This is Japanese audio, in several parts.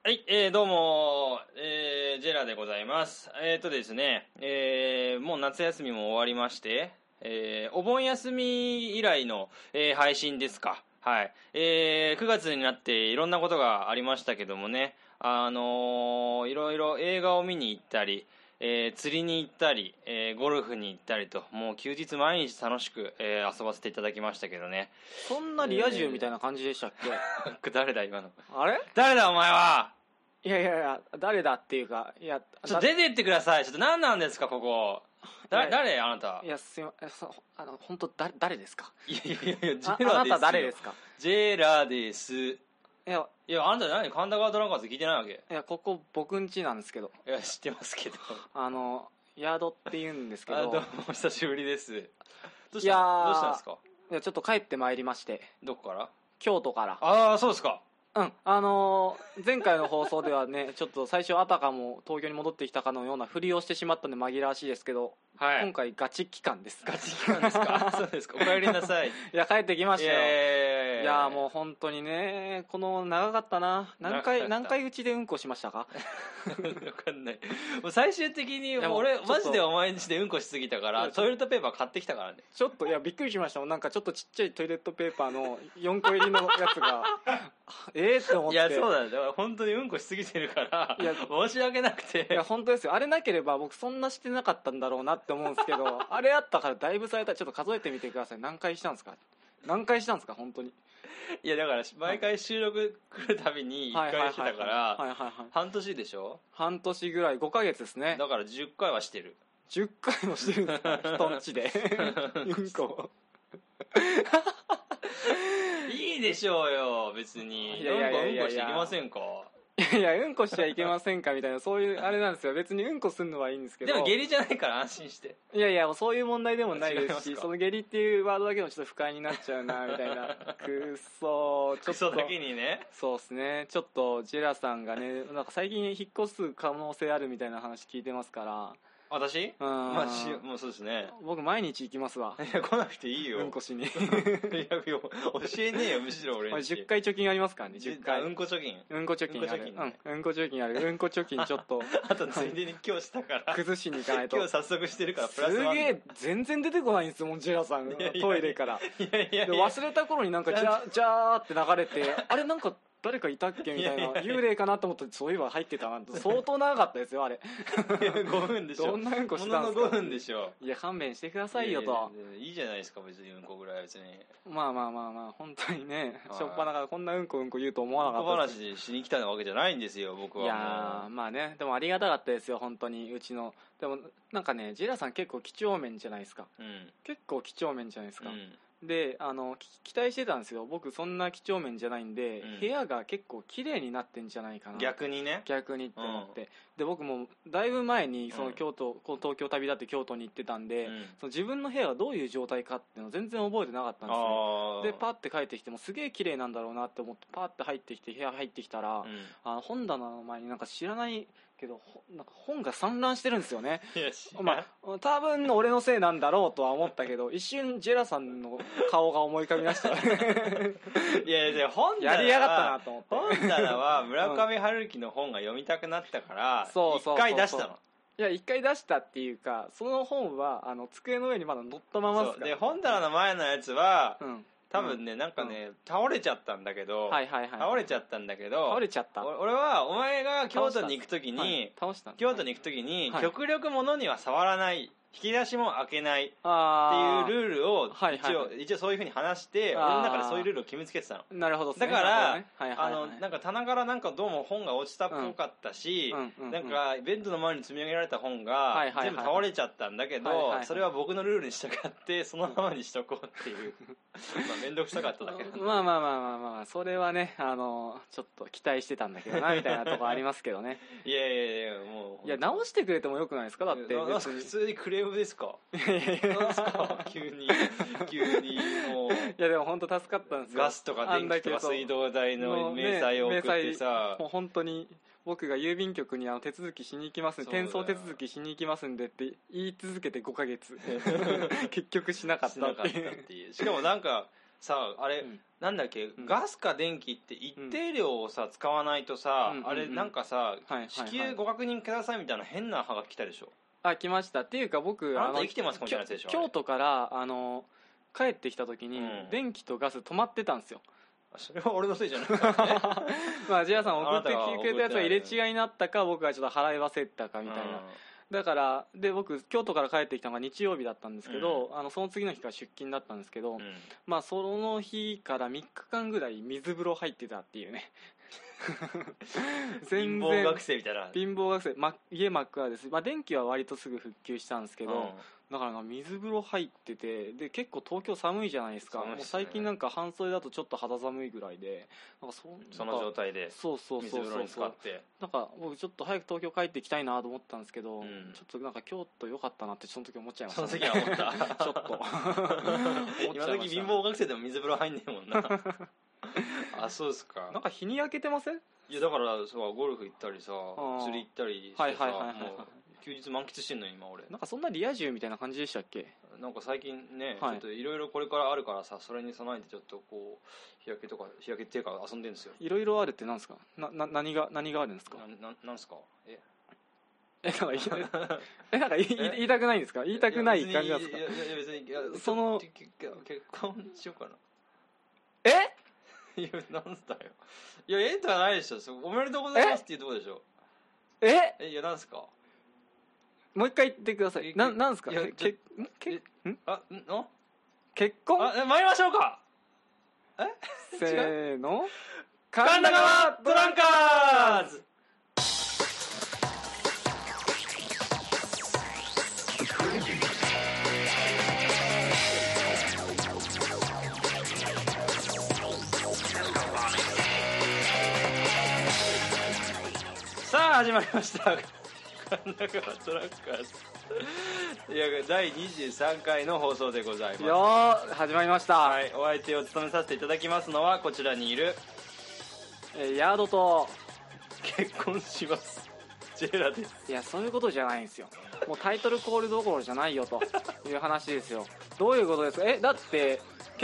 はい、どうも、ジェラでございます。ですね、もう夏休みも終わりまして、お盆休み以来の、配信ですか。はい。9月になっていろんなことがありましたけどもね、いろいろ映画を見に行ったり、釣りに行ったり、ゴルフに行ったりと、もう休日毎日楽しく、遊ばせていただきましたけどね。 そんなリア充みたいな感じでしたっけ？ 誰だ今の。 あれ？ 誰だお前は。 いやいやいや、誰だっていうか、いや、 ちょっと出てってください。ちょっと何なんですか、ここ。誰あなた。 いや、すいません、本当誰ですか？ いやいやいや、ジェラですよ。 あなた誰ですか？ ジェラです。 いや、 あなた何神田川ドラゴンズ聞いてないわけ？ いや、ここ僕ん家なんですけど。 いや、知ってますけど。 ヤードって言うんですけど。 どうも、久しぶりです。どうしいやたんですか？ いや、ちょっと帰ってまいりまして。 どこから？ 京都から。 ああ、そうですか。 うん、前回の放送ではね、ちょっと最初あたかも東京に戻ってきたかのようなふりをしてしまったんで紛らわしいですけど、 はい、 今回ガチ期間です。 ガチ期間ですか？そうですか。お帰りなさい。いや、帰ってきましたよ。いや、もうう本当にね、この長かったな。何回うちでうんこしましたか？ わかんない。もう最終的に俺マジでお前んちでうんこしすぎたからトイレットペーパー買ってきたからね。 ちょっといやびっくりしましたもん。なんかちょっとちっちゃいトイレットペーパーの4個入りのやつがって思って。 いやそうだね。だから本当にうんこしすぎてるからいや申し訳なくて。 いや本当ですよ。あれなければ僕そんなしてなかったんだろうなって思うんですけどあれあったからだいぶされた。ちょっと数えてみてください。何回したんですか本当に。 いやだから毎回収録来るたびに1回してたから半年でしょ。 半年ぐらい5ヶ月ですね。 だから10回はしてる。 10回もしてるんですか？人んちでうんこいいでしょうよ別に。なんかうんこしていきませんか？ いやうんこしちゃいけませんかみたいな、そういうあれなんですよ。別にうんこすんのはいいんですけど。 でも下痢じゃないから安心して。 いやそういう問題でもないですし、その下痢っていうワードだけもちょっと不快になっちゃうなみたいな。くそクソだけにね。 そうですね。ちょっとジェラさんがね、なんか最近引っ越す可能性あるみたいな話聞いてますから。 私？まあもうそうですね。 僕毎日行きますわ。 いや来なくていいよ。 うんこしに。いや教えねえよむしろ俺に。 10回貯金ありますからね。10回。 うんこ貯金。 うんこ貯金ある。うんこ貯金ある。うんこ貯金ちょっと。 あとついでに今日したから。 崩しに行かないと。 今日早速してるからプラスすげえ全然出てこないんですもんジェラさん。トイレから。で忘れた頃になんかジャーって流れて、あれなんか誰かいたっけみたいな。幽霊かなと思ってそういえば入ってたな。相当長かったですよあれ。 5分でしょ。 どんなうんこしたんですか？ ものの5分でしょ。 いや勘弁してくださいよと。 いいじゃないですか別にうんこぐらい別に。 まあ本当にね、しょっぱなからこんなうんこ言うと思わなかったです。 うんこ話しに来たわけじゃないんですよ僕は。 いやまあね、でもありがたかったですよ本当に。うちのでもなんかね、ジェラさん結構几帳面じゃないですか。結構几帳面じゃないですか。で期待してたんですよ。僕そんな几帳面じゃないんで、部屋が結構綺麗になってんじゃないかな。 逆にって思って、で僕もだいぶ前にその東京旅立って京都に行ってたんで、その自分の部屋がどういう状態かっていうのを全然覚えてなかったんですよ。でパッて帰ってきてもすげえ綺麗なんだろうなって思ってパッて入ってきて部屋入ってきたら、本棚の前になんか知らないけどなんか本が散乱してるんですよね。まあ多分俺のせいなんだろうとは思ったけど、一瞬ジェラさんの顔が思い浮かびました。 いや本棚やりやがったなと思って。 本棚は村上春樹の本が読みたくなったから一回出したの。 いや一回出したっていうか、その本は机の上にまだ乗ったままですから。 で本棚の前のやつは、多分ねなんかね、倒れちゃったんだけど、俺はお前が京都に行く時に極力物には触らない、引き出しも開けないっていうルールを一応そういう風に話して、俺の中でそういうルールを決めつけてたの。 なるほど。 だからなんか棚からなんかどうも本が落ちたっぽかったし、なんかベッドの前に積み上げられた本が全部倒れちゃったんだけど、それは僕のルールに従ってそのままにしとこうっていうまあ面倒くさかっただけど。 まあそれはねちょっと期待してたんだけどなみたいなとこありますけどね。 いやもう直してくれてもよくないですか？だって普通にクレームですか？急にもう。いやでも本当助かったんですよ。 ガスとか電気とか水道代の明細を送ってさ、 もう本当に僕が郵便局に手続きしに行きますんで、転送手続きしに行きますんでって言い続けて5ヶ月結局しなかったっていう。 しかもなんかさあれ、なんだっけ、ガスか電気って一定量をさ使わないとさ、あれなんかさ、至急ご確認くださいみたいな変なハガキ来たでしょ。 来ました。っていうか僕あなた生きてますかみたいなやつでしょ。 京都から帰ってきた時に電気とガス止まってたんですよ。 それは俺のせいじゃないからね。 まあジェラさん送ってきてくれたやつが入れ違いになったか、僕がちょっと払い忘れたかみたいな。だからで僕京都から帰ってきたのが日曜日だったんですけど、その次の日から出勤だったんですけど、まあその日から3日間ぐらい水風呂入ってたっていうね。 貧乏学生みたいな。 貧乏学生、家真っ暗です。まあ電気は割とすぐ復旧したんですけど、だから水風呂入ってて、で結構東京寒いじゃないですか。もう最近なんか半袖だとちょっと肌寒いぐらいで、なんかその状態で水風呂に浸かって、 なんか僕ちょっと早く東京帰ってきたいなと思ったんですけど、ちょっとなんか京都良かったなってその時思っちゃいました、ね。 その時は思った。 ちょっと今時貧乏学生でも水風呂入んねえもんな。あ、そうですか。 なんか日に焼けてません？ いやだからそうゴルフ行ったりさ、釣り行ったりしてさ、休日満喫してんの今俺。 なんかそんなリア充みたいな感じでしたっけ？ なんか最近ね、ちょっといろいろこれからあるからさ、それに備えてちょっとこう日焼けっていうか遊んでんですよ。 いろいろあるってなんですか？何があるんですか？ なんすか？ なんか言いたくないんですか？言いたくない感じなんですか？ いや別にその結婚しようかな。 え？ いやなんすだよ。いやとはないでしょ。おめでとうございますっていうとこでしょ。いやなんすか？ もう一回言ってください。なんすか？結婚？ 参りましょうか。 せーの。 神田川ドランカーズ。さあ始まりました。神田川ドランカーズ。いや第23回の放送でございます。 始まりました。 はい、お相手を務めさせていただきますのはこちらにいるヤードと結婚しますジェラです。 いやそういうことじゃないんですよ。もうタイトルコールどころじゃないよという話ですよ。どういうことですか？だって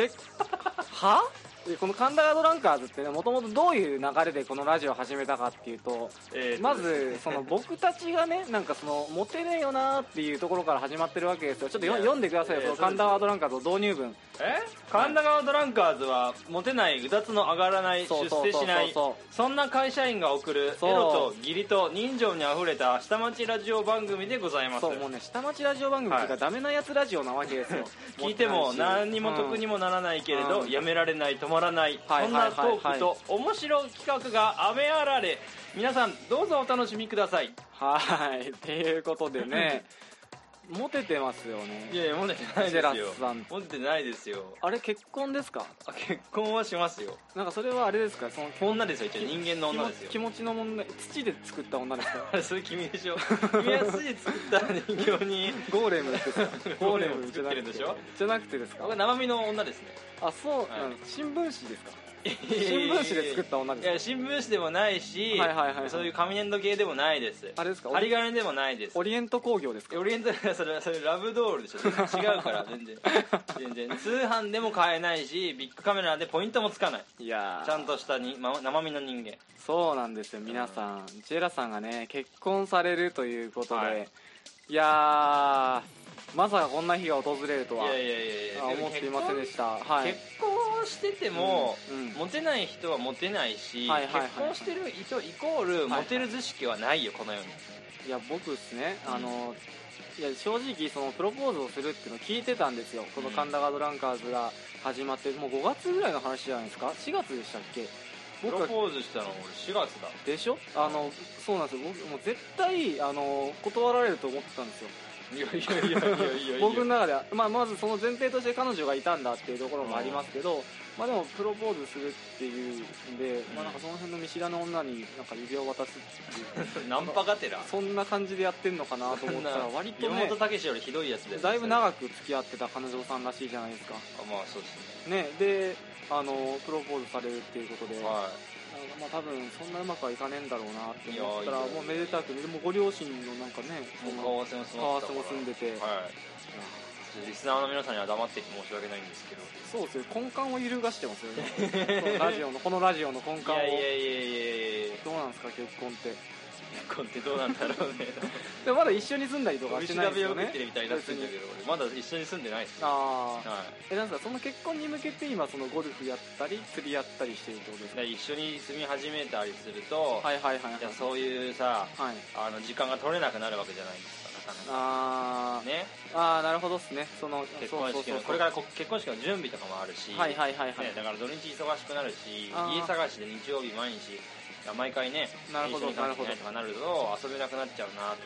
この神田川ドランカーズってね、もともとどういう流れでこのラジオを始めたかっていうと、まずその僕たちがね、なんかそのモテねえよなーっていうところから始まってるわけですよ。ちょっと読んでくださいよ、その神田川ドランカーズの導入文。 神田川ドランカーズはモテない、うだつの上がらない、出世しない、そんな会社員が送るエロと義理と人情にあふれた下町ラジオ番組でございます。 そう、もうね、下町ラジオ番組っていうかダメなやつラジオなわけですよ。 聞いても何にも得にもならないけれど、やめられない、止まらない、そんなトークと面白企画が雨あられ、皆さんどうぞお楽しみください。 はいっていうことでねモテてますよね。 いやモテてないですよ。 ジェラスさんモテてないですよ。 あれ結婚ですか？ 結婚はしますよ。 なんかそれはあれですか？その女ですよ。一応人間の女ですよ。 気持ちの問題。土で作った女ですか？ あれそれ君でしょ。君は土で作った人形にゴーレムですか？ ゴーレム作ってるんでしょ。 じゃなくてですか？ 僕は生身の女ですね。 あ、そうなんです。新聞紙ですか？新聞紙で作った女ですか？ いや新聞紙でもないし、そういう紙粘土系でもないです。 あれですか？ 針金でもないです。 オリエント工業ですか？ オリエントそれラブドールでしょ。違うから全然通販でも買えないし、ビッグカメラでポイントもつかない。いやちゃんとした生身の人間。 そうなんですよ。皆さん、ジェラさんがね結婚されるということで、いやまさかこんな日が訪れるとは思っていませんでした。 結婚してても、モテない人はモテないし、結婚してる人イコールモテる図式はないよこの世に。 いや僕ですね、いや正直そのプロポーズをするっていうのを聞いてたんですよ。この神田川ドランカーズが始まってもう5月ぐらいの話じゃないですか。4月でしたっけ？ プロポーズしたの俺4月だでしょ。そうなんですよ。僕もう絶対断られると思ってたんですよ。 いや僕の中では、まずその前提として彼女がいたんだっていうところもありますけど、でもプロポーズするっていうんで、なんかその辺の見知らぬ女になんか指輪を渡すっていうナンパがてらそんな感じでやってんのかなと思ったら割とね、 山本武史よりひどいやつです。 だいぶ長く付き合ってた彼女さんらしいじゃないですか。 まあそうですね。 でプロポーズされるっていうことで、多分そんなうまくはいかねえんだろうなって思ったら、もうめでたく、でもご両親のなんかね、 顔合わせも住んでて、 リスナーの皆さんには黙って申し訳ないんですけど、 そうですよ、根幹を揺るがしてますよねこのラジオの根幹を。 いやどうなんですか結婚って。 結婚ってどうなんだろうねでもまだ一緒に住んだりとかしてないですよね。 取り調べを受けてるみたいになってるんだけど、俺まだ一緒に住んでないですよ。 ああ、 はなんですかその結婚に向けて今そのゴルフやったり釣りやったりしてるってことですか。 い、一緒に住み始めたりすると、 はいはいはいはい、 いやそういうさ、 はい、 時間が取れなくなるわけじゃないですか、なかなか。 ああね、 ああなるほどっすね。その結婚式のこれから結婚式の準備とかもあるし、 はいはいはいはい、 ね、だから土日忙しくなるし、家探しで日曜日毎日毎回ね、 なるほどなるほど、 とかなると遊べなくなっちゃうなと思って、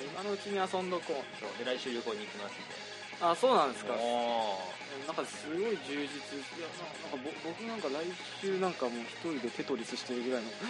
今のうちに遊んどこう。 そうで来週旅行に行きますんで。 あ、そうなんですか。なんかすごい充実。いやなんか僕なんか来週なんかもう一人でテトリスしてるぐらいの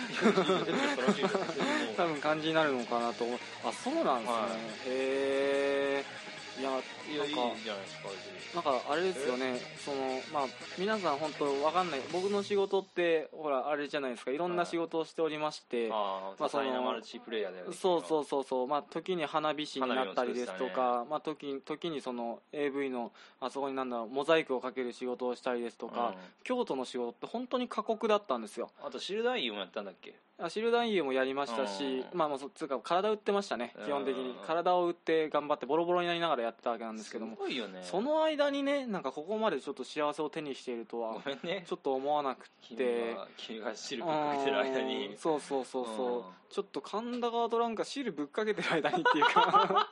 多分感じになるのかなと思う。あ、そうなんですね、はい、へえ。いやいいじゃないですか。 なんかあれですよね、そのまあ皆さん本当わかんない。僕の仕事ってほらあれじゃないですか、いろんな仕事をしておりまして、 まあそのマルチプレイヤーだよね。 そう、まあ時に花火師になったりですとか、まあ時にその AV のあそこにモザイクをかける仕事をしたりですとか、京都の仕事って本当に過酷だったんですよ。 あとシルダーイもやったんだっけ。 シルダーインもやりましたし、まあつうか体打ってましたね。基本的に体を打って頑張ってボロボロになりながらやってたわけなんですけども、 すごいよね。 その間にね、なんかここまでちょっと幸せを手にしているとはごめんね、 ちょっと思わなくて、 君が汁ぶっかけてる間に、 そうちょっと神田川となんか汁ぶっかけてる間にっていうか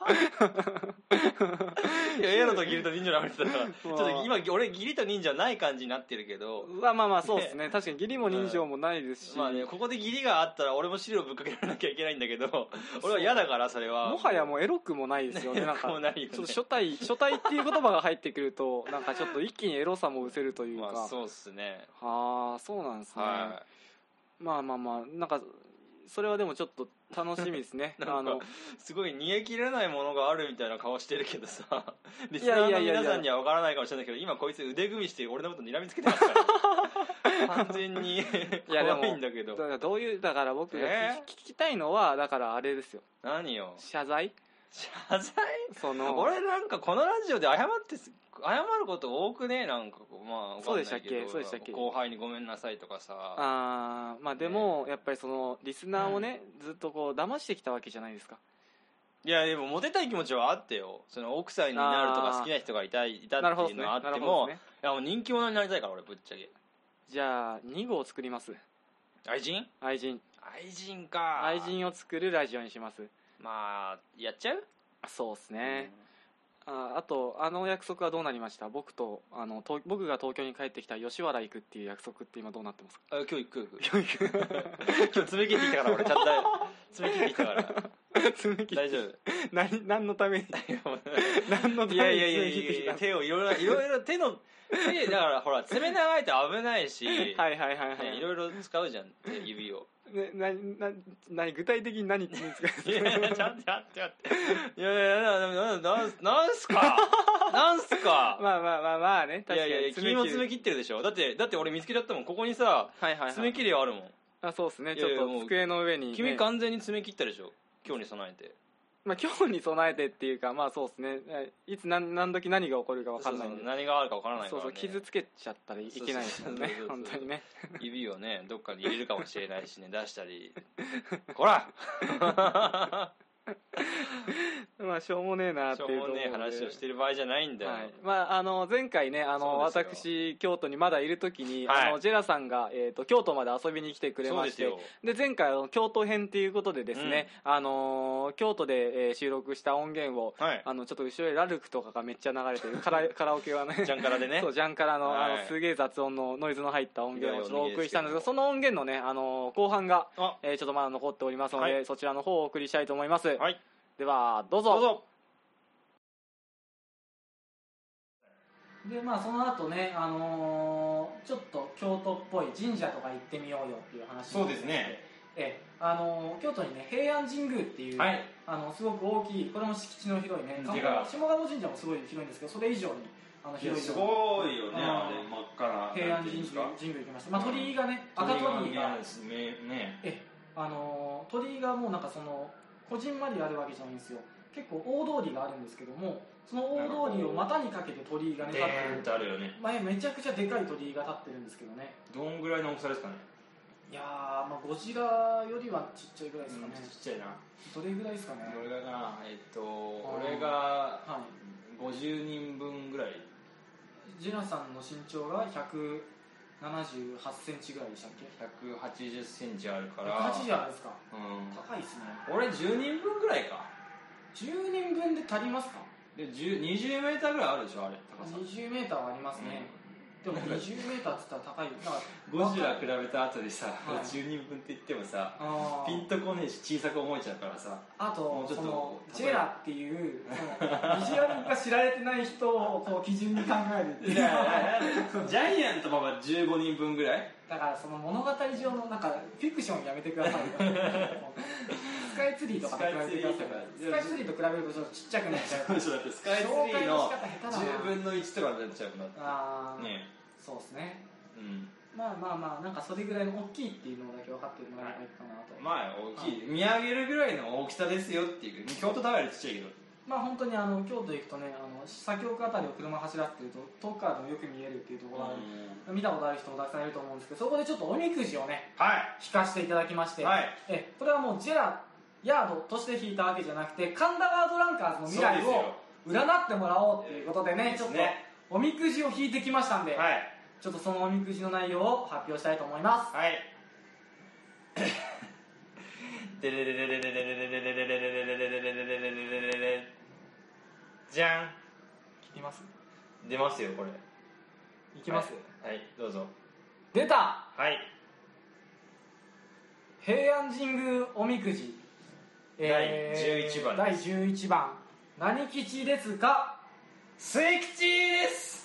いやエロと義理と忍者の話だからちょっと今俺義理と忍者ない感じになってるけど、 まあそうですね、確かに義理も人情もないですし、 まあね、ここで義理があったら俺も汁をぶっかけられなきゃいけないんだけど、俺は嫌だから。それはもはやもうエロくもないですよね。なんかちょっと初対っていう言葉が入ってくるとなんかちょっと一気にエロさも失せるというか。 まあそうっすね。 ああ、そうなんですね、はい、まあなんかそれはでもちょっと楽しみですねなんかすごい煮え切れないものがあるみたいな顔してるけどさ、リスナーの皆さんには分からないかもしれないけど、今こいつ腕組みして俺のこと睨みつけてますから完全に怖いんだけど。 だから僕が聞きたいのはだからあれですよ。 何よ。 謝罪俺なんかこのラジオで謝ること多くね。なんかまあそうでしたっけ後輩にごめんなさいとかさ。 まあでもやっぱりそのリスナーをね、ずっとこう騙してきたわけじゃないですか。 いやでもモテたい気持ちはあってよ。その奥さんになるとか好きな人がいたっていうのはあっても、いやもう人気者になりたいから俺ぶっちゃけ。 じゃあ2号作ります。 愛人か。 愛人を作るラジオにします。 まあやっちゃう。そうっすね、あと約束はどうなりました。僕が東京に帰ってきたら吉原行くっていう約束って今どうなってますか。 今日行く今日詰め切ってきたから俺ちゃんと詰め切ってきたから大丈夫。 何のために何のためにいや手をいろいろ手だからほら詰め長いと危ないしいろいろ使うじゃん指を。 具体的に何って言うんですか。 いやちゃんとやっていやなんすかまあね、確かに。 いや君も詰め切ってるでしょ。だって俺見つけちゃったもん。ここにさ詰め切りあるもん。 そうですね、ちょっと机の上に。 君完全に詰め切ったでしょ、今日に備えて。 まあ今日に備えてっていうか、まあそうですね、いつ何時何が起こるか分かんないんで。 何があるか分からないからね。 傷つけちゃったらいけないですもんね、本当にね。 指をねどっかに入れるかもしれないしね、出したりほらまあしょうもねえなっていうところで、 しょうもねえ話をしてる場合じゃないんだよ、 まあ前回ね私京都にまだいる時に、ジェラさんが京都まで遊びに来てくれまして、で前回京都編っていうことでですね、京都で収録した音源をちょっと後ろでラルクとかがめっちゃ流れてるカラオケはねジャンカラでね、 そうジャンカラのすげえ雑音のノイズの入った音源をちょっとお送りしたんですが、その音源のね後半がちょっとまだ残っておりますので、そちらの方をお送りしたいと思います。ではどうぞ。でまあその後ねちょっと京都っぽい神社とか行ってみようよっていう話。 そうですね。 京都にね平安神宮っていう、すごく大きい、これも敷地の広いね、下鴨神社もすごい広いんですけど、それ以上に広い。 すごいよね、あれ真っ赤な平安神宮行きました。鳥居がね、赤鳥居が鳥居がもうなんかそのこじんまりあるわけじゃないんですよ。 結構大通りがあるんですけども、その大通りを股にかけて鳥居がね立ってるってあるよね。 めちゃくちゃでかい鳥居が立ってるんですけどね。 どんぐらいの大きさですかね。 いやー、ゴジラよりはちっちゃいぐらいですかね。 ちっちゃいな。 どれぐらいですかね。 どれぐらいかな。俺が50人分ぐらい。 ジェナさんの身長が178センチぐらいでしたっけ。 180センチあるから 180あるんですか。高いですね。 俺10人分ぐらいか。 10人分で足りますか。 で20メーターぐらいあるでしょ、あれ高さ。 20メーターはありますね、でも20メーターって言ったら高い。だからゴジラ比べた後でさ、10人分って言ってもさ、ピンとこねえし小さく思えちゃうからさ。 あとそのジェラっていうそのビジュアルが知られてない人をこう基準に考えるっていう。 ジャイアントマンは15人分ぐらいだからその物語上のなんかフィクションやめてくださいよ。スカイツリーとかと比べてください。スカイツリーと比べるとちょっとちっちゃくなっちゃう。 そうだってスカイツリーの10分の1とかになっちゃうからね。 そうですね。まあなんかそれぐらいの大きいっていうのだけ分かってるのがいいかなと。 まあ大きい、見上げるぐらいの大きさですよっていう。京都タワーよりちっちゃいけど。 まあ本当に京都行くとね、左京区あたりを車走らせてると遠くからでもよく見えるっていうところがある。見たことある人もたくさんいると思うんですけど、そこでちょっとおみくじをね、引かせていただきまして、これはもうジェラヤードとして引いたわけじゃなくて、神田川ドランカーズの未来を占ってもらおうということでね、ちょっとおみくじを引いてきましたんで、ちょっとそのおみくじの内容を発表したいと思います。 でれれれれれれれれれれれれれれれれじゃん。 聞きます？ 出ますよこれ。 いきます。 はいどうぞ。 出た。 はい。 平安神宮おみくじ。 第11番。 第11番。何吉ですか？ 末吉です。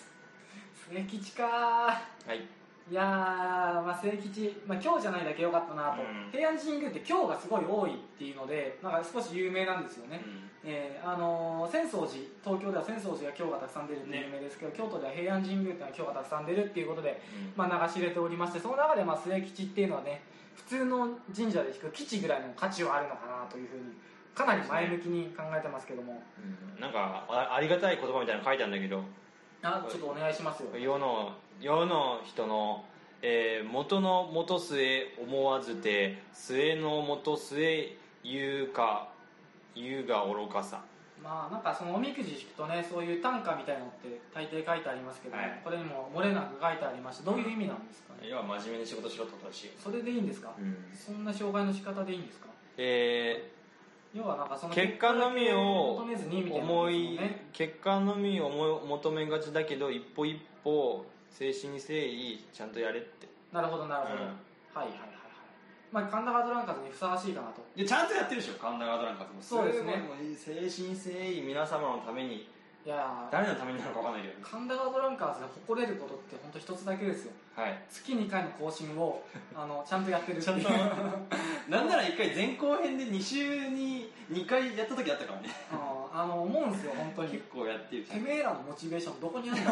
末吉か。はい。いや末吉、今日じゃないだけ良かったなと。平安神宮って今日がすごい多いっていうので、なんか少し有名なんですよね。浅草寺、東京では浅草寺が今日がたくさん出るって有名ですけど、京都では平安神宮っていうのは今日がたくさん出るっていうことで、流し入れておりまして、その中で末吉っていうのはね、普通の神社で引く吉ぐらいの価値はあるのかなというふうにかなり前向きに考えてますけども、 なんか ありがたい言葉みたいなの書いてあるんだけど、 ちょっとお願いしますよ。 世の人の、元の元末思わずて末の元末言うが愚かさ。 なんかそのおみくじ引くとね、そういう短歌みたいなのって大抵書いてありますけど、これにも漏れなく書いてありまして、どういう意味なんですかね。 要は真面目に仕事しろってことだし。 それでいいんですか、そんな障害の仕方でいいんですか。要はなんかその結果のみを求めずにみたいな、 結果のみを求めがちだけど、一歩一歩誠心誠意ちゃんとやれって。 なるほどなるほど、はいはいはいはい。神田川ドランカーズにふさわしいかなと。 ちゃんとやってるでしょ神田川ドランカーズも。 そうですね。 誠心誠意皆様のために。 いや誰のためになるか分かんないけど、 神田川ドランカーズで誇れることって本当一つだけですよ。月2回の更新をちゃんとやってるっていう。 なんなら1回前後編で2週に2回やった時あったからね。 思うんですよ本当に。 結構やってる。 てめえらのモチベーションどこにあるんだ。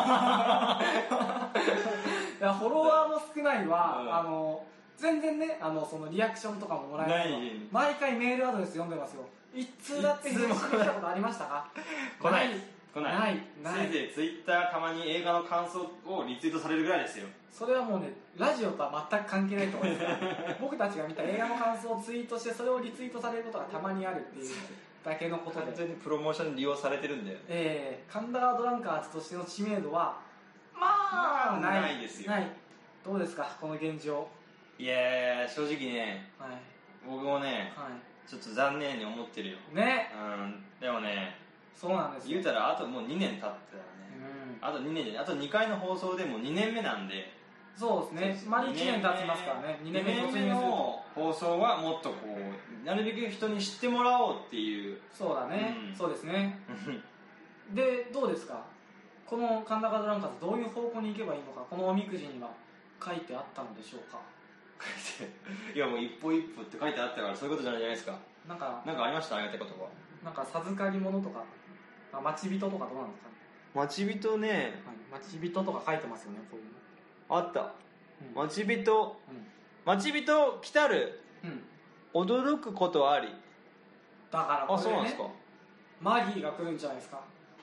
いやフォロワーも少ないわ、全然ねそのリアクションとかももらえない。毎回メールアドレス読んでますよ。一通だって返信来たことありましたか？ 来ない。せいぜいツイッターたまに映画の感想をリツイートされるぐらいですよ。 それはもうねラジオとは全く関係ないと思います。僕たちが見た映画の感想をツイートしてそれをリツイートされることがたまにあるっていうだけのことで、 完全にプロモーションに利用されてるんだよ。 神田川ドランカーズとしての知名度はないですよ。 どうですかこの現状。 いや正直ね、僕もね、ちょっと残念に思ってるよね。 でもね、 そうなんですよ。 言うたらあともう2年経ったよね。あと2年で、あと2回の放送でも2年目なんで。 そうですね。丸1年経ちますからね。2年目の放送はもっとこうなるべく人に知ってもらおうっていう。 そうだね、そうですね。でどうですかこの神田川ドランカーズ、どういう方向に行けばいいのか、このおみくじには書いてあったのでしょうか。 いやもう一歩一歩って書いてあったからそういうことじゃないじゃないですか。なんかありました？ありがたい言葉。 なんか授かり物とか待ち人とかどうなんですかね。 待ち人ね、 待ち人とか書いてますよね。こういうのあった、待ち人、待ち人来たる、驚くことあり。 だからこれ、ね、 そうなんですか。 マギーが来るんじゃないですか。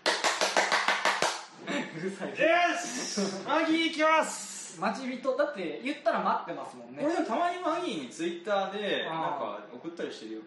うるさい。 よしマギー行きます。 待ち人だって言ったら待ってますもんね。 俺でもたまにマギーにツイッターでなんか送ったりしてるよ。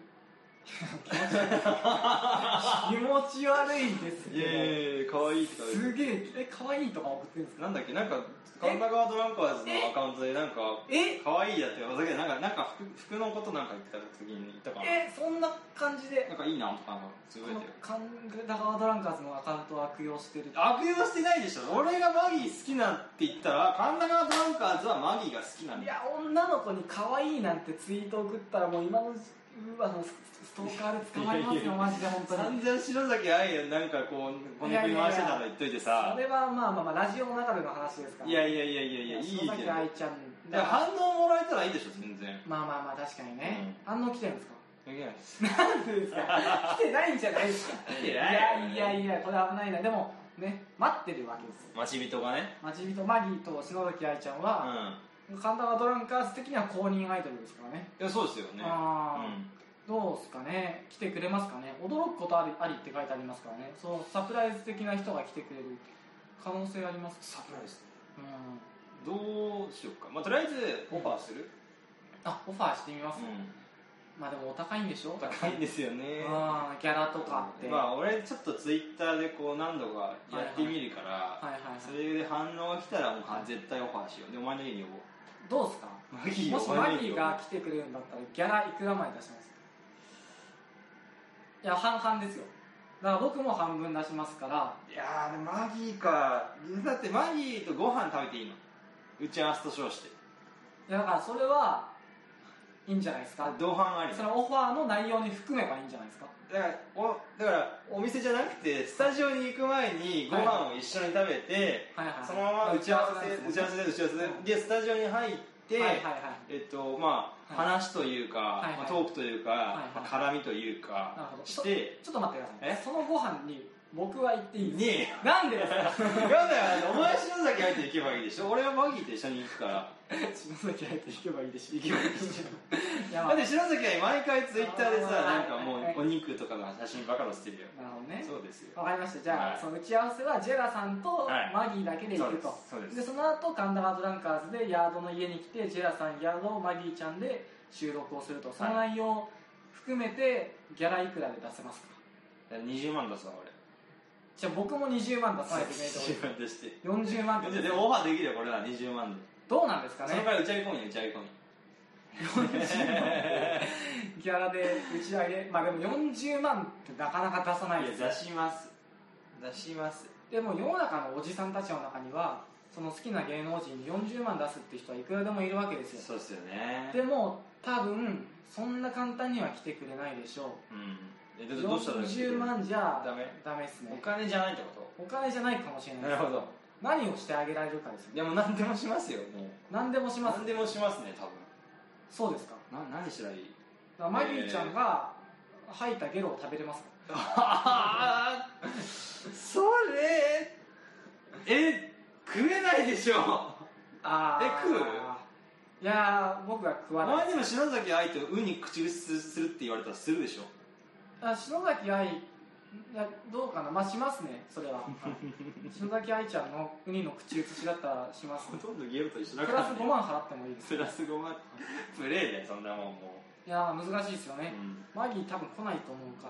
気持ち悪いですけど。 可愛いってすげえ、可愛いとか送ってるんですか。 なんだっけ、なんか神田川ドランカーズのアカウントでなんか可愛いやって言われたけど、なんか服のことなんか言ってた時に言ったかな。 そんな感じでなんかいいなとかすごい。 神田川ドランカーズのアカウントを悪用してる。 悪用してないでしょ。俺がマギー好きなって言ったら神田川ドランカーズはマギーが好きなんだ。 いや、女の子に可愛いなんてツイート送ったらもう今のストーカーで捕まりますよマジで本当に。 散々篠崎愛なんかこうこねくり回してたら言っといてさ。 それはまあラジオの中での話ですから。 いやいいじゃん。 篠崎愛ちゃん反応もらえたらいいでしょ全然。 まあ確かにね、反応来てるんですか。 いやなんでですか。来てないんじゃないですか。いやこれ危ないな。でもね、待ってるわけですよ。 待ち人がね。 待ち人マギーと篠崎愛ちゃんは、神田川ドランカーズ的には公認アイドルですからね。 いやそうですよね。 どうですかね、来てくれますかね。驚くことありって書いてありますからね。そうサプライズ的な人が来てくれる可能性あります。 サプライズ。どうしようか。まあとりあえずオファーする。 オファーしてみます。まあでもお高いんでしょ。 高いんですよね。 ギャラとかって。 まあ俺ちょっとツイッターでこう何度かやってみるから、それで反応が来たらもう絶対オファーしよう。でお前の家に呼ぼう。 どうですか。もしマギーが来てくれるんだったらギャラいくらまで出します。いや半々ですよ。だから僕も半分出しますから。 いやーマギーか。だってマギーとご飯食べていいの。打ち合わせと称して。 いやだからそれはいいんじゃないですか。 同伴あり。 そのオファーの内容に含めばいいんじゃないですか。 だからお店じゃなくてスタジオに行く前にご飯を一緒に食べて、そのまま打ち合わせでスタジオに入って、話というかトークというか絡みというかしてちょっと待ってください。そのご飯に僕は行っていいですか。なんでですか。 お前篠崎愛と行けばいいでしょ。俺はマギーと一緒に行くから篠崎愛と行けばいいでしょ。 だって篠崎愛毎回ツイッターでさなんかもうお肉とかの写真ばかり載せてるよ。 なるほどね。 そうですよ。 わかりました。じゃあその打ち合わせはジェラさんとマギーだけで行くと。でその後神田川ドランカーズでヤードの家に来てジェラさんヤードマギーちゃんで収録をすると。その内容を含めてギャラいくらで出せますか。 20万出すわ俺。 じゃあ僕も20万出さないといけないと思います。40万ってでもオファーできるよこれは20万で。 どうなんですかね。 そのから打ち上げ込みね。打ち上げ込み 40万ギャラで打ち上げ。まあでも40万ってなかなか出さないです。 いや出しますでも世の中のおじさんたちの中にはその好きな芸能人に40万出すって人はいくらでもいるわけですよ。 そうですよね。 でも多分そんな簡単には来てくれないでしょう。40万じゃダメですね。 お金じゃないってこと。 お金じゃないかもしれないです。 なるほど。 何をしてあげられるかですよ。 でも何でもしますよ。もう何でもします。 何でもしますね多分。 そうですか。 何したらいい。 マギーちゃんが吐いたゲロを食べれますか。 それ食えないでしょ。食う。 いや僕は食わない。 前にも篠崎愛とウニ口移しするって言われたらするでしょ。 篠崎愛どうかな。まあしますねそれは。篠崎愛ちゃんのウニの口移しだったらします、 ほとんどゲロと一緒だから。プラス5万払ってもいいです。 プラス5万プレイでそんなもんもう。いや難しいですよね、マギー多分来ないと思うから、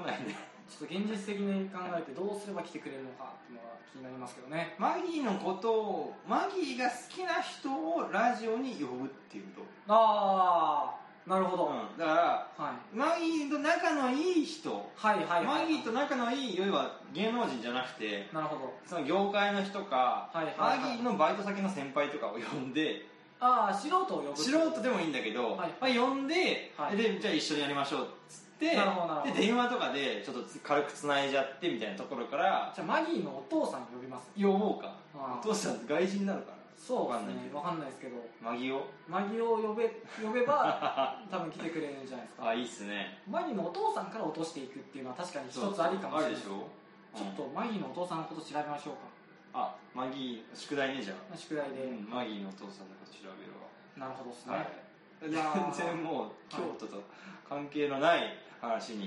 来ないね。 ちょっと現実的に考えてどうすれば来てくれるのかっていうのが気になりますけどね。 マギーのことをマギーが好きな人をラジオに呼ぶっていうこと。 なるほど、 だから、マギーと仲のいい人、マギーと仲のいい、要は芸能人じゃなくて、 なるほど、 その業界の人か、マギーのバイト先の先輩とかを呼んで、 素人を呼ぶ。 素人でもいいんだけど、呼んで、じゃあ一緒にやりましょうっつって、で電話とかでちょっと軽くつないじゃってみたいなところから、 じゃあマギーのお父さん呼びます。 呼ぼうか。お父さん外人になるかな。 そうですね、分かんないですけど、 マギを呼べば多分来てくれるんじゃないですか。 いいっすね。 マギーのお父さんから落としていくっていうのは確かに一つありかもしれない。 あるでしょ。 ちょっとマギーのお父さんのこと調べましょうか。マギー宿題ね。じゃあ宿題で、 マギーのお父さんのこと調べるわ。 なるほどですね。 全然もう京都と関係のない話に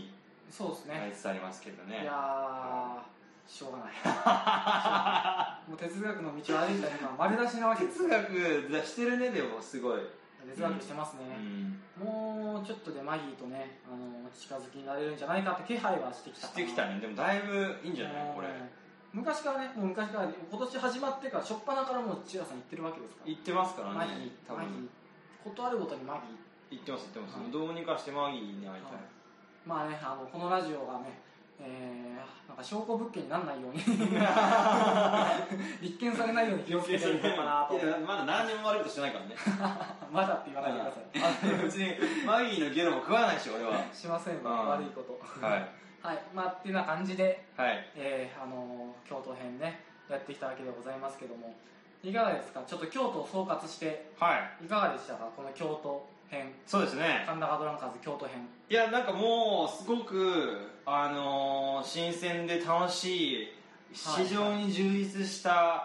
そうですね、 なりつつありますけどね。 いやーしょうがないもう哲学の道を歩いた今丸出しなわけです。 哲学してるね。でもすごい哲学してますね、もうちょっとでマギーとね近づきになれるんじゃないかって気配はしてきたね。でもだいぶいいんじゃないこれ。 昔からね、もう昔から今年始まってから初っ端からもう千代さん言ってるわけですから。 言ってますからね。 マギーことあるごとにマギー言ってます。どうにかしてマギーに会いたい。 まあね、このラジオがね、なんか証拠物件にならないように立件されないように気をつけていこうかなと。 いやまだ何にも悪いことしてないからねまだって言わないでください。 別にマギーのゲロも食わないし俺はしませんわ、悪いことはいはい、まあっていうような感じで、 はい京都編ねやってきたわけでございますけども、いかがですか。ちょっと京都を総括していかがでしたか、この京都編。 そうですね、 神田川ドランカーズ京都編。 いやなんかもうすごく新鮮で楽しい、非常に充実した、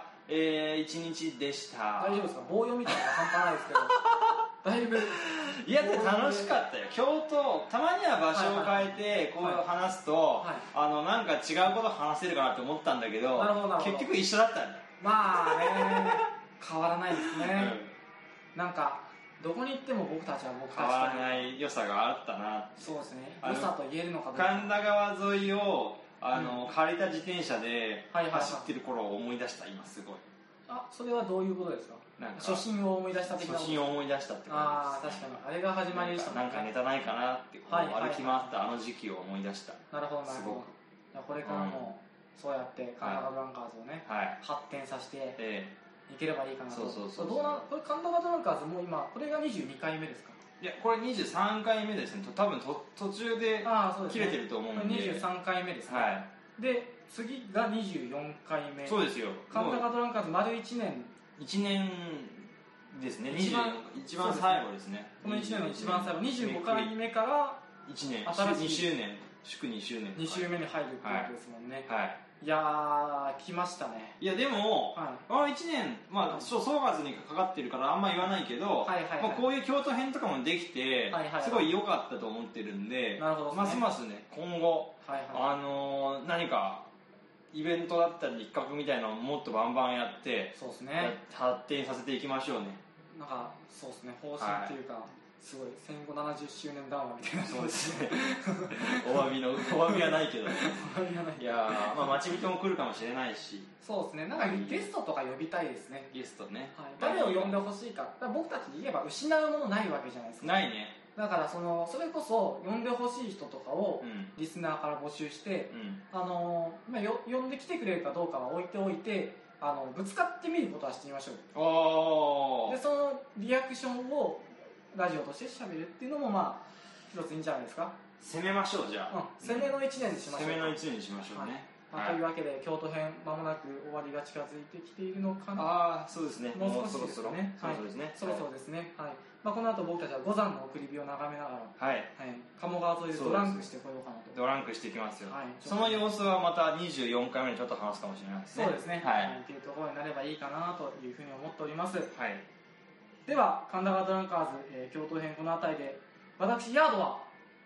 一日でした。 大丈夫ですか、棒読みたいなのが半端ないですけどだいぶいや楽しかったよ。京都たまには場所を変えてこう話すと、なんか違うこと話せるかなって思ったんだけど、結局一緒だったんだよ。 まあね変わらないですね、なんかどこに行っても僕たちは僕たち変わらない良さがあったな。 そうですね、良さと言えるのかどうか。 神田川沿いを借りた自転車で走ってる頃を思い出した今すごい。 それはどういうことですか。なんか初心を思い出した的な。 初心を思い出したってことです。 確かにあれが始まりでしたね。 なんかネタないかなって歩き回った時期を思い出した。 なるほどなるほど。これからもそうやって神田川ドランカーズをね、発展させていければいいかなと。これ神田川ドランカーズも今これが22回目ですか。 いやこれ23回目ですね。多分途中で切れてると思うんで。 23回目ですね。で次が24回目。 そうですよ。 神田川ドランカーズ丸1年ですね。一番最後ですね。 この1年の一番最後25回目から 1年新しい 2周年祝2周年 2周目に入るってことですもんね。いやー来ましたね。 いやでも1年総括にかかってるからあんま言わないけど、こういう京都編とかもできてすごい良かったと思ってるんで、ますますね今後何かイベントだったり企画みたいなのをもっとバンバンやって発展させていきましょうね。なんかそうですね、方針っていうか、すごい戦後70周年談話みたいな。 そうですねお詫びはないけどいや待ち人も来るかもしれないし。 そうですね、なんかゲストとか呼びたいですね。 ゲストね、 誰を呼んでほしいか。僕たちで言えば失うものないわけじゃないですか。 ないね。 だからそれこそ呼んでほしい人とかをリスナーから募集して、呼んできてくれるかどうかは置いておいて、ぶつかってみることはしてみましょう。でそのリアクションをラジオとして喋るっていうのも一ついいんじゃないですか。 攻めましょう。じゃあ攻めの1年にしましょう。 攻めの1年にしましょうね。 というわけで京都編まもなく終わりが近づいてきているのかな。 そうですね、 もう少しですね。そろそろですね。この後僕たちは五山の送り火を眺めながら鴨川沿いでドランクしてこようかなと。 ドランクしていきますよ。その様子はまた24回目にちょっと話すかもしれないですね。 そうですね、っていうところになればいいかなというふうに思っております。では神田川ドランカーズ、京都編この辺りで。私ヤードは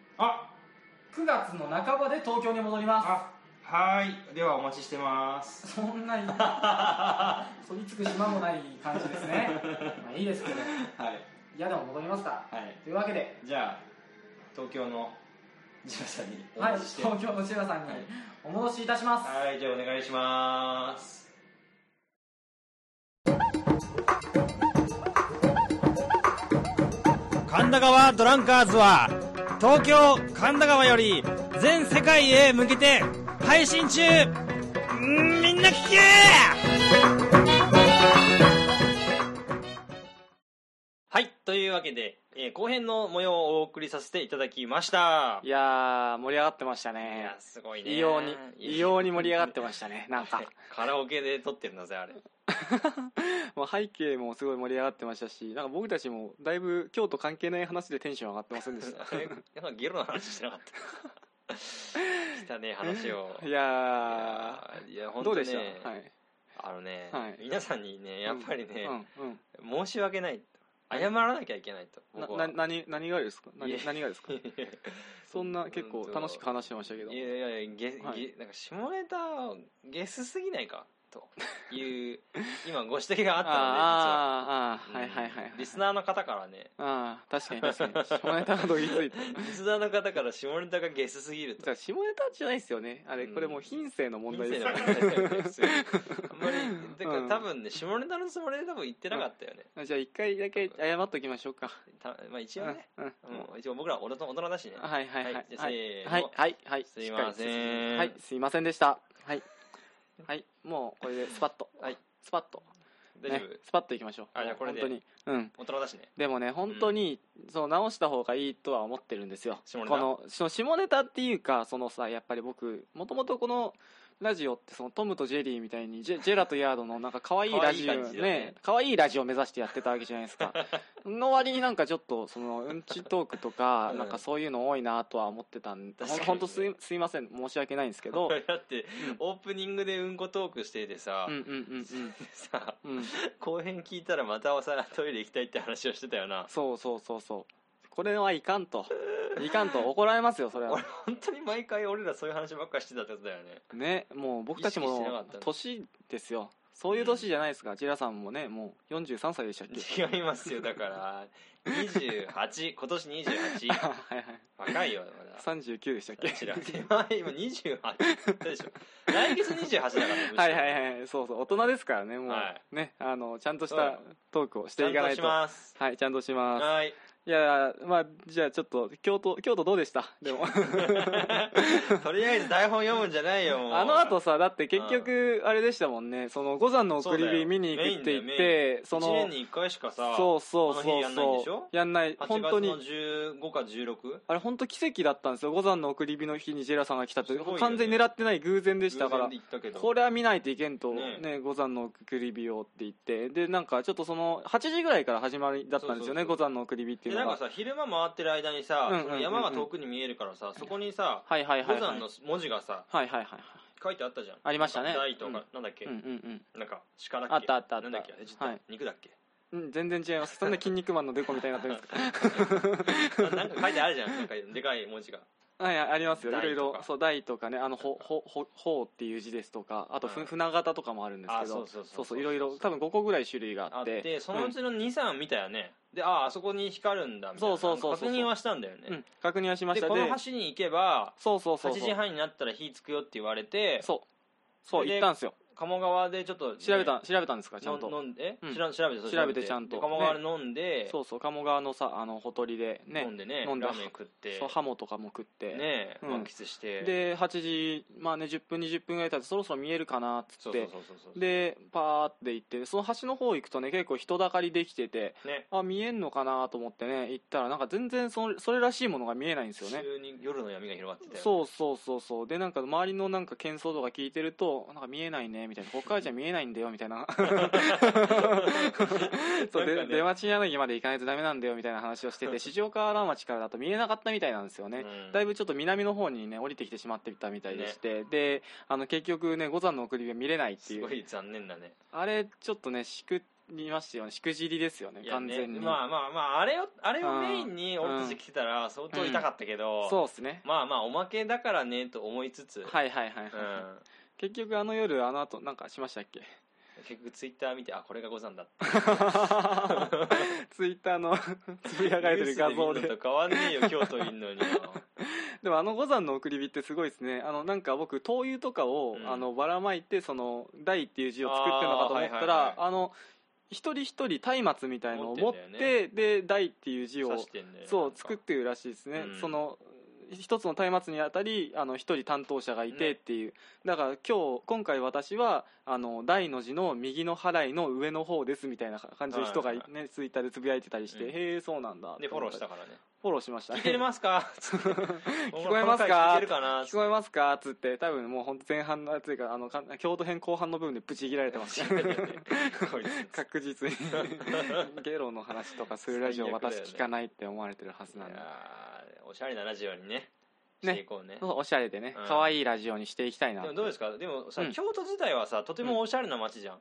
9月の半ばで東京に戻ります。 ではお待ちしてます。 そんなそりつく島もない感じですねいいですけど、嫌でも戻りますから、というわけでじゃあ東京の千葉さんに東京の千葉さんにお戻しいたします。 じゃあお願いします。神田川ドランカーズは東京神田川より全世界へ向けて配信中。みんな聞け。というわけで、後編の模様をお送りさせていただきました。 いやー盛り上がってましたね。 いやすごいね。 異様に盛り上がってましたね。なんかカラオケで撮ってるんだぜあれ背景もすごい盛り上がってましたし、なんか僕たちもだいぶ京都関係ない話でテンション上がってませんでしたなんかゲロの話してなかったしたね話を。 いや本当ね、 どうでした。 皆さんにねやっぱりね、申し訳ない。 謝らなきゃいけないと僕は。 何がですか？何がですか？そんな結構楽しく話してましたけど。 いやなんか下ネタゲスすぎないかという今ご指摘があったので、実はリスナーの方からね、 確かに下ネタがどぎついとリスナーの方から下ネタがゲスすぎると。 下ネタじゃないですよね、あれ、これもう品性の問題ですよね。 あんまりだから多分ね、下ネタのつもりで多分言ってなかったよね。 じゃあ一回だけ謝っときましょうか。 まあ一応ね、一応僕ら大人だしね。 はいすいません。 はい、すいませんでした。はい、もうこれでスパッと、スパッと大丈夫、 スパッといきましょう。 じゃあこれで本当に大人だしね。 でもね本当に直した方がいいとは思ってるんですよ。 下ネタ、 この下ネタっていうかやっぱり僕もともとこのラジオってトムとジェリーみたいにジェラとヤードのなんか可愛いラジオね、可愛いラジオを目指してやってたわけじゃないですか。の割になんかちょっとうんちトークとかなんかそういうの多いなとは思ってたんで、本当すいません、申し訳ないんですけど。 だってオープニングでうんこトークしててさ、後編聞いたらまたトイレ行きたいって話をしてたよな。 そうこれはいかんと怒られますよそれは。 俺本当に毎回俺らそういう話ばっかりしてたってことだよね。 もう僕たちも年ですよ。そういう年じゃないですか。ジェラさんもねもう43歳でしたっけ？ 違いますよ、だから28、今年28。若いよまだ。 39でしたっけ？ 今28でしょ。来月28だからね。 そう大人ですからねもうね、ちゃんとしたトークをしていかないと。ちゃんとします。いやじゃあちょっと京都どうでした？でもとりあえず台本読むんじゃないよもう。 あの後さだって結局あれでしたもんね、五山の送り火見に行くって言って 1年に1回しかさやんない。本当に 8月の15か16、 あれ本当奇跡だったんですよ。五山の送り火の日にジェラさんが来たって完全に狙ってない偶然でしたから、これは見ないといけんとね、五山の送り火をって言って、でなんかちょっと8時ぐらいから始まりだったんですよね、五山の送り火っていうのが。 なんかさ昼間回ってる間にさ、山が遠くに見えるからさ、そこにさ五山の文字がさ書いてあったじゃん。 ありましたね。 大とかなんだっけ、なんか鹿だっけ、 あったなんだっけ、肉だっけ。 全然違います。そんな筋肉マンのデコみたいになってるんですか？ なんか書いてあるじゃん、なんかでかい文字が。 ありますよ。いろいろ大とかね、ほっていう字ですとか、あと船形とかもあるんですけど、いろいろ多分5個ぐらい種類があって、 そのうちの2、3見たよね。であそこに光るんだみたいな確認はしたんだよね。 確認はしました。 でこの橋に行けば8時半になったら火つくよって言われて、 そう行ったんですよ。 鴨川でちょっと調べたんですか？ちゃんと飲んで調べてちゃんと鴨川で飲んで、 鴨川のほとりでね飲んでラーメン食って、 ハモとかも食ってね満喫して、 で8時10分20分ぐらい経ってそろそろ見えるかなっつって、でパーって行って、その橋の方行くとね結構人だかりできてて、見えんのかなと思ってね行ったらなんか全然それらしいものが見えないんですよね。 急に夜の闇が広がってたよね。 そうでなんか周りのなんか喧騒とか聞いてるとなんか見えないねみたいな、こっからじゃ見えないんだよみたいな出町柳まで行かないとダメなんだよみたいな話をしてて、四条河原町からだと見えなかったみたいなんですよね。だいぶちょっと南の方にね降りてきてしまってたみたいでして、で結局ね五山の送り火は見れないっていう、 すごい残念だね。 あれちょっとねしくりましたよね。しくじりですよね完全に。 あれをメインに俺たち来てたら相当痛かったけど、 そうですね。 おまけだからねと思いつつ、結局夜あの後なんかしましたっけ？ 結局ツイッター見てこれが五山だってツイッターのつぶやかれてる画像で。 ニュースで見るのと変わんねえよ京都いんのに。 でも五山の送り火ってすごいですね。なんか僕灯油とかを、ばらまいて大っていう字を作ってるのかと思ったら、一人一人松明みたいのを持って、で大っていう字を作ってるらしいですね。一つの松明にあたり一人担当者がいてっていう、だから今回私は大の字の右の払いの上の方ですみたいな感じの人がねツイッターでつぶやいてたりして、へえそうなんだでフォローしたからね。 フォローしましたね。 聞いてますか聞こえますか聞こえますかつって、多分もう本当前半のやつが京都編後半の部分でブチ切られてます確実にゲロの話とかするラジオ私聞かないって思われてるはずなんで、 おしゃれなラジオにねしていこうね。 おしゃれでね可愛いラジオにしていきたいな。 でもどうですか？でもさ京都自体はさとてもおしゃれな街じゃん。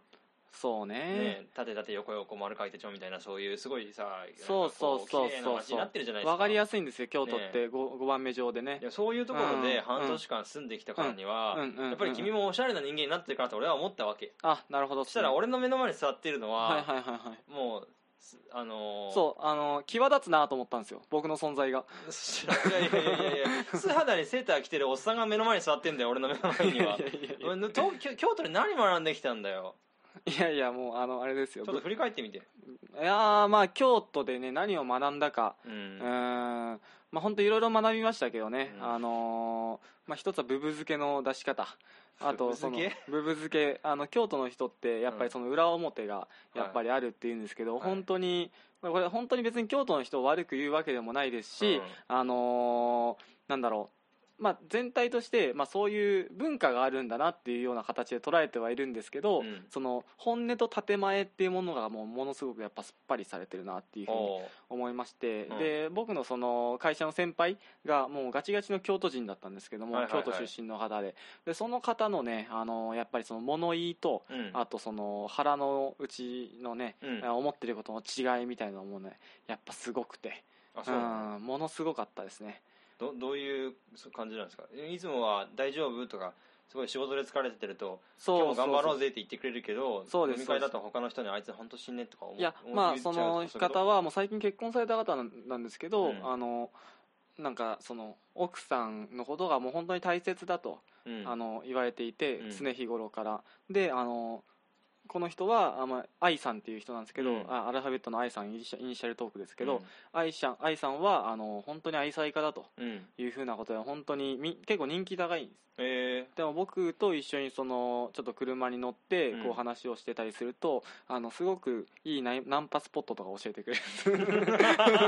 そうね縦縦横横丸書いてちょみたいな、そういうすごいさ、 そう綺麗な街になってるじゃないですか。 分かりやすいんですよ京都って、5番目上でね。 いやそういうところで半年間住んできたからには、やっぱり君もおしゃれな人間になってるからと俺は思ったわけ。 あ、なるほど。 そしたら俺の目の前に座っているのは、もうそう際立つなと思ったんですよ、僕の存在が。 いや素肌にセーター着てるおっさんが目の前に座ってんだよ、俺の目の前には。京都で何学んできたんだよ。 いやもうあれですよ、 ちょっと振り返ってみて。 いやまあ京都でね何を学んだか、まあ本当いろいろ学びましたけどね、まあ一つはブブ漬けの出し方、あとそのブブ漬け、京都の人ってやっぱりその裏表がやっぱりあるっていうんですけど、本当にこれ本当に別に京都の人を悪く言うわけでもないですし、なんだろう、まあ、全体として、まあ、そういう文化があるんだなっていうような形で捉えてはいるんですけど、その本音と建前っていうものがものすごくやっぱすっぱりされてるなっていうふうに思いまして、で僕のその会社の先輩がもうガチガチの京都人だったんですけども、京都出身の方で、その方のねやっぱりその物言いと、あとその腹の内のね、思ってることの違いみたいなのもねやっぱすごくて、ものすごかったですね。 どういう感じなんですか？いつもは大丈夫とかすごい仕事で疲れてると今日も頑張ろうぜって言ってくれるけど、飲み会だと他の人にあいつ本当死んねとか思う。 いやまあその方はもう最近結婚された方なんですけど、なんかその奥さんのことがもう本当に大切だと、言われていて、常日頃からでこの人は愛さんっていう人なんですけど、アルファベットの愛さん、イニシャルトークですけど、愛さんは本当に愛妻家だというふうなことで本当に結構人気高いんです。でも僕と一緒にそのちょっと車に乗ってこう話をしてたりすると、すごくいいナンパスポットとか教えてくれる。い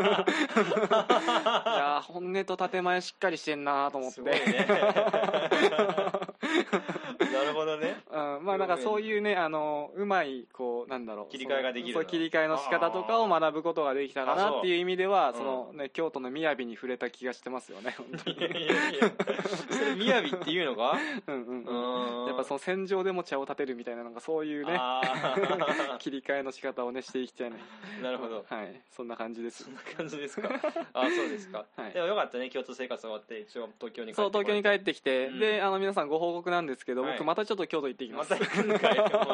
や本音と建前しっかりしてんなと思って。すごいね。 なるほどね。 まあなんかそういうねうまいこうなんだろう、 切り替えができる、 そう切り替えの仕方とかを学ぶことができたかなっていう意味では、そのね京都の雅に触れた気がしてますよね本当に。それ雅っていうのか？ やっぱその戦場でも茶を立てるみたいな、なんかそういうね切り替えの仕方をねしていきたいね。 なるほど。 はい、そんな感じです。 そんな感じですか。そうですか。でもよかったね、京都生活終わって一応東京に帰って。 そう東京に帰ってきて、で皆さんご報告なんですけど、僕またちょっと京都行ってきます。 また行くんかい。また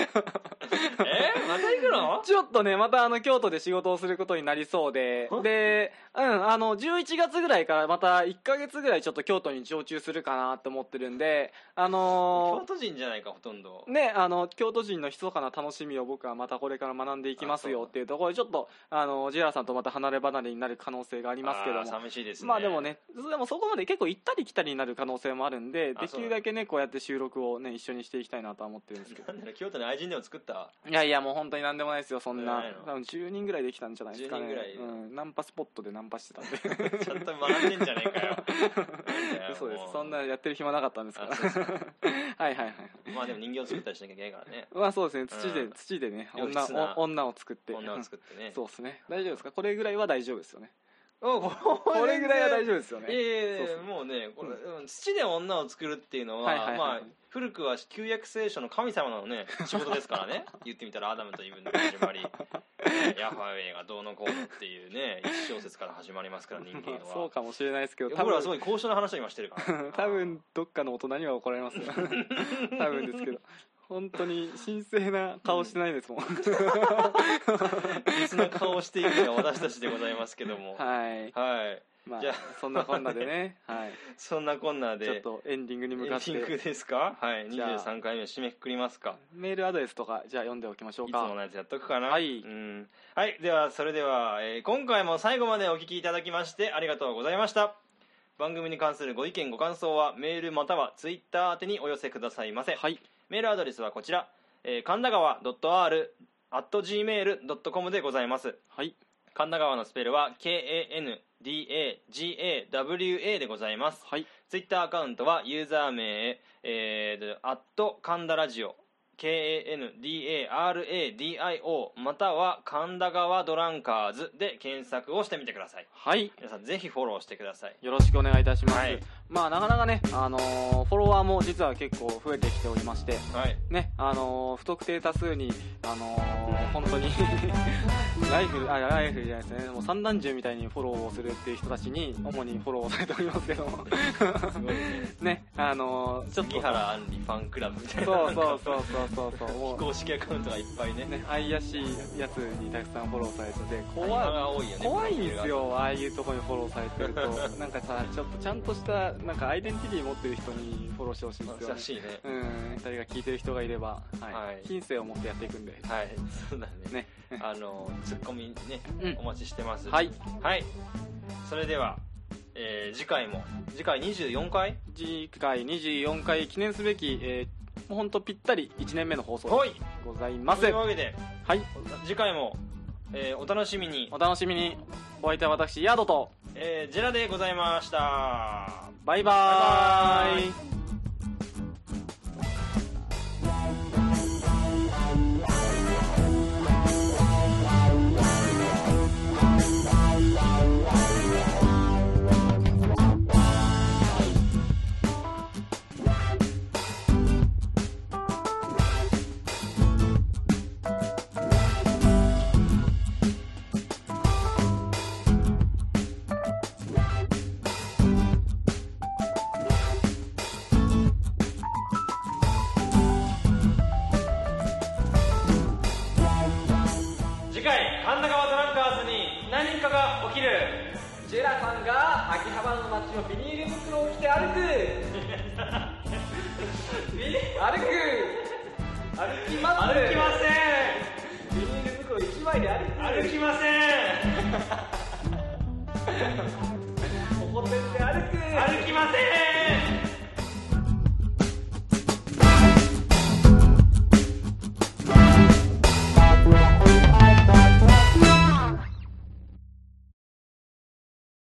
行くの？ ちょっとねまた京都で仕事をすることになりそうで、11月ぐらいからまた1ヶ月ぐらいちょっと京都に常駐するかなと思ってるんで、 京都人じゃないかほとんどね、京都人の密かな楽しみを僕はまたこれから学んでいきますよっていうところで、ちょっとジェラさんとまた離れ離れになる可能性がありますけども、 寂しいですね。 まあでもね、でもそこまで結構行ったり来たりになる可能性もあるんで、できるだけねこうやって収録をね一緒にしていきたいなとは思ってるんですけど。 京都に愛人でも作った？ いやもう本当になんでもないですよ、そんな。多分10人ぐらいできたんじゃないですかね。 10人ぐらい、 ナンパスポットでナンパしてたんで。 ちゃんと学んでんじゃねえかよ。 そうです、そんなやってる暇なかったんですから。はい。 まあでも人形を作ったりしなきゃいけないからね。 まあそうですね、土でね女を作って。 女を作ってね。 そうですね。大丈夫ですか？これぐらいは大丈夫ですよね。 これぐらいは大丈夫ですよね。 もうね土で女を作るっていうのはまあ古くは旧約聖書の神様のね仕事ですからね。言ってみたらアダムとイブの始まり、ヤハウェがどうのこうのっていうね一小節から始まりますから人間は。 そうかもしれないですけど、 僕らはすごい高尚な話を今してるから多分どっかの大人には怒られますよ。多分ですけど。本当に神聖な顔してないですもん。 別な顔をしているのが私たちでございますけども。 はい。まあ、じゃあそんなこんなでね。はい。 そんなこんなでちょっとエンディングに向かって。 エンディングですか？はい。23回目締めくくりますか。 メールアドレスとかじゃあ読んでおきましょうか。 いつものやつやっとくかな。 はい。 はい。ではそれでは、今回も最後までお聞きいただきましてありがとうございました。番組に関するご意見ご感想はメールまたはツイッター宛てにお寄せくださいませ。 はい。 メールアドレスはこちら。神田川 .r@gmail.com でございます。 はい。 神田川のスペルは KANDAGAWA でございます。 はい。 ツイッターアカウントはユーザー名神田ラジオ KANDARADIO または神田川ドランカーズで検索をしてみてください。 はい、 皆さんぜひフォローしてください。 よろしくお願いいたします、 はい、 まあなかなかね、フォロワーも実は結構増えてきておりまして、 はい、 ね、不特定多数に本当にライフじゃないですね、もう散弾銃みたいにフォローをするっていう人たちに主にフォローされておりますけどもすごいね、ちょっと杉原杏里ファンクラブみたいな、 そう非公式アカウントがいっぱいね、 怪しいやつにたくさんフォローされてて怖いんですよ、ああいうところにフォローされてるとなんかさ、ちょっとちゃんとしたなんかアイデンティティ持ってる人にフォローしてほしいんですよね。 優しいね。 二人が聞いてる人がいれば、品性を持ってやっていくんで、 はい、そうだね。ツッコミね、お待ちしてます。 はい、 それでは次回24回次回24回記念すべき、もうほんとぴったり1年目の放送でございます。 というわけで、 はい、 次回も、お楽しみに。 お相手は私ヤードと、 ジェラでございました。 バイバーイ。 神田川ドランカーズに何かが起きる。 ジェラさんが秋葉原の街をビニール袋を着て歩きません。ビニール袋1枚で歩きません。 怒って歩きません。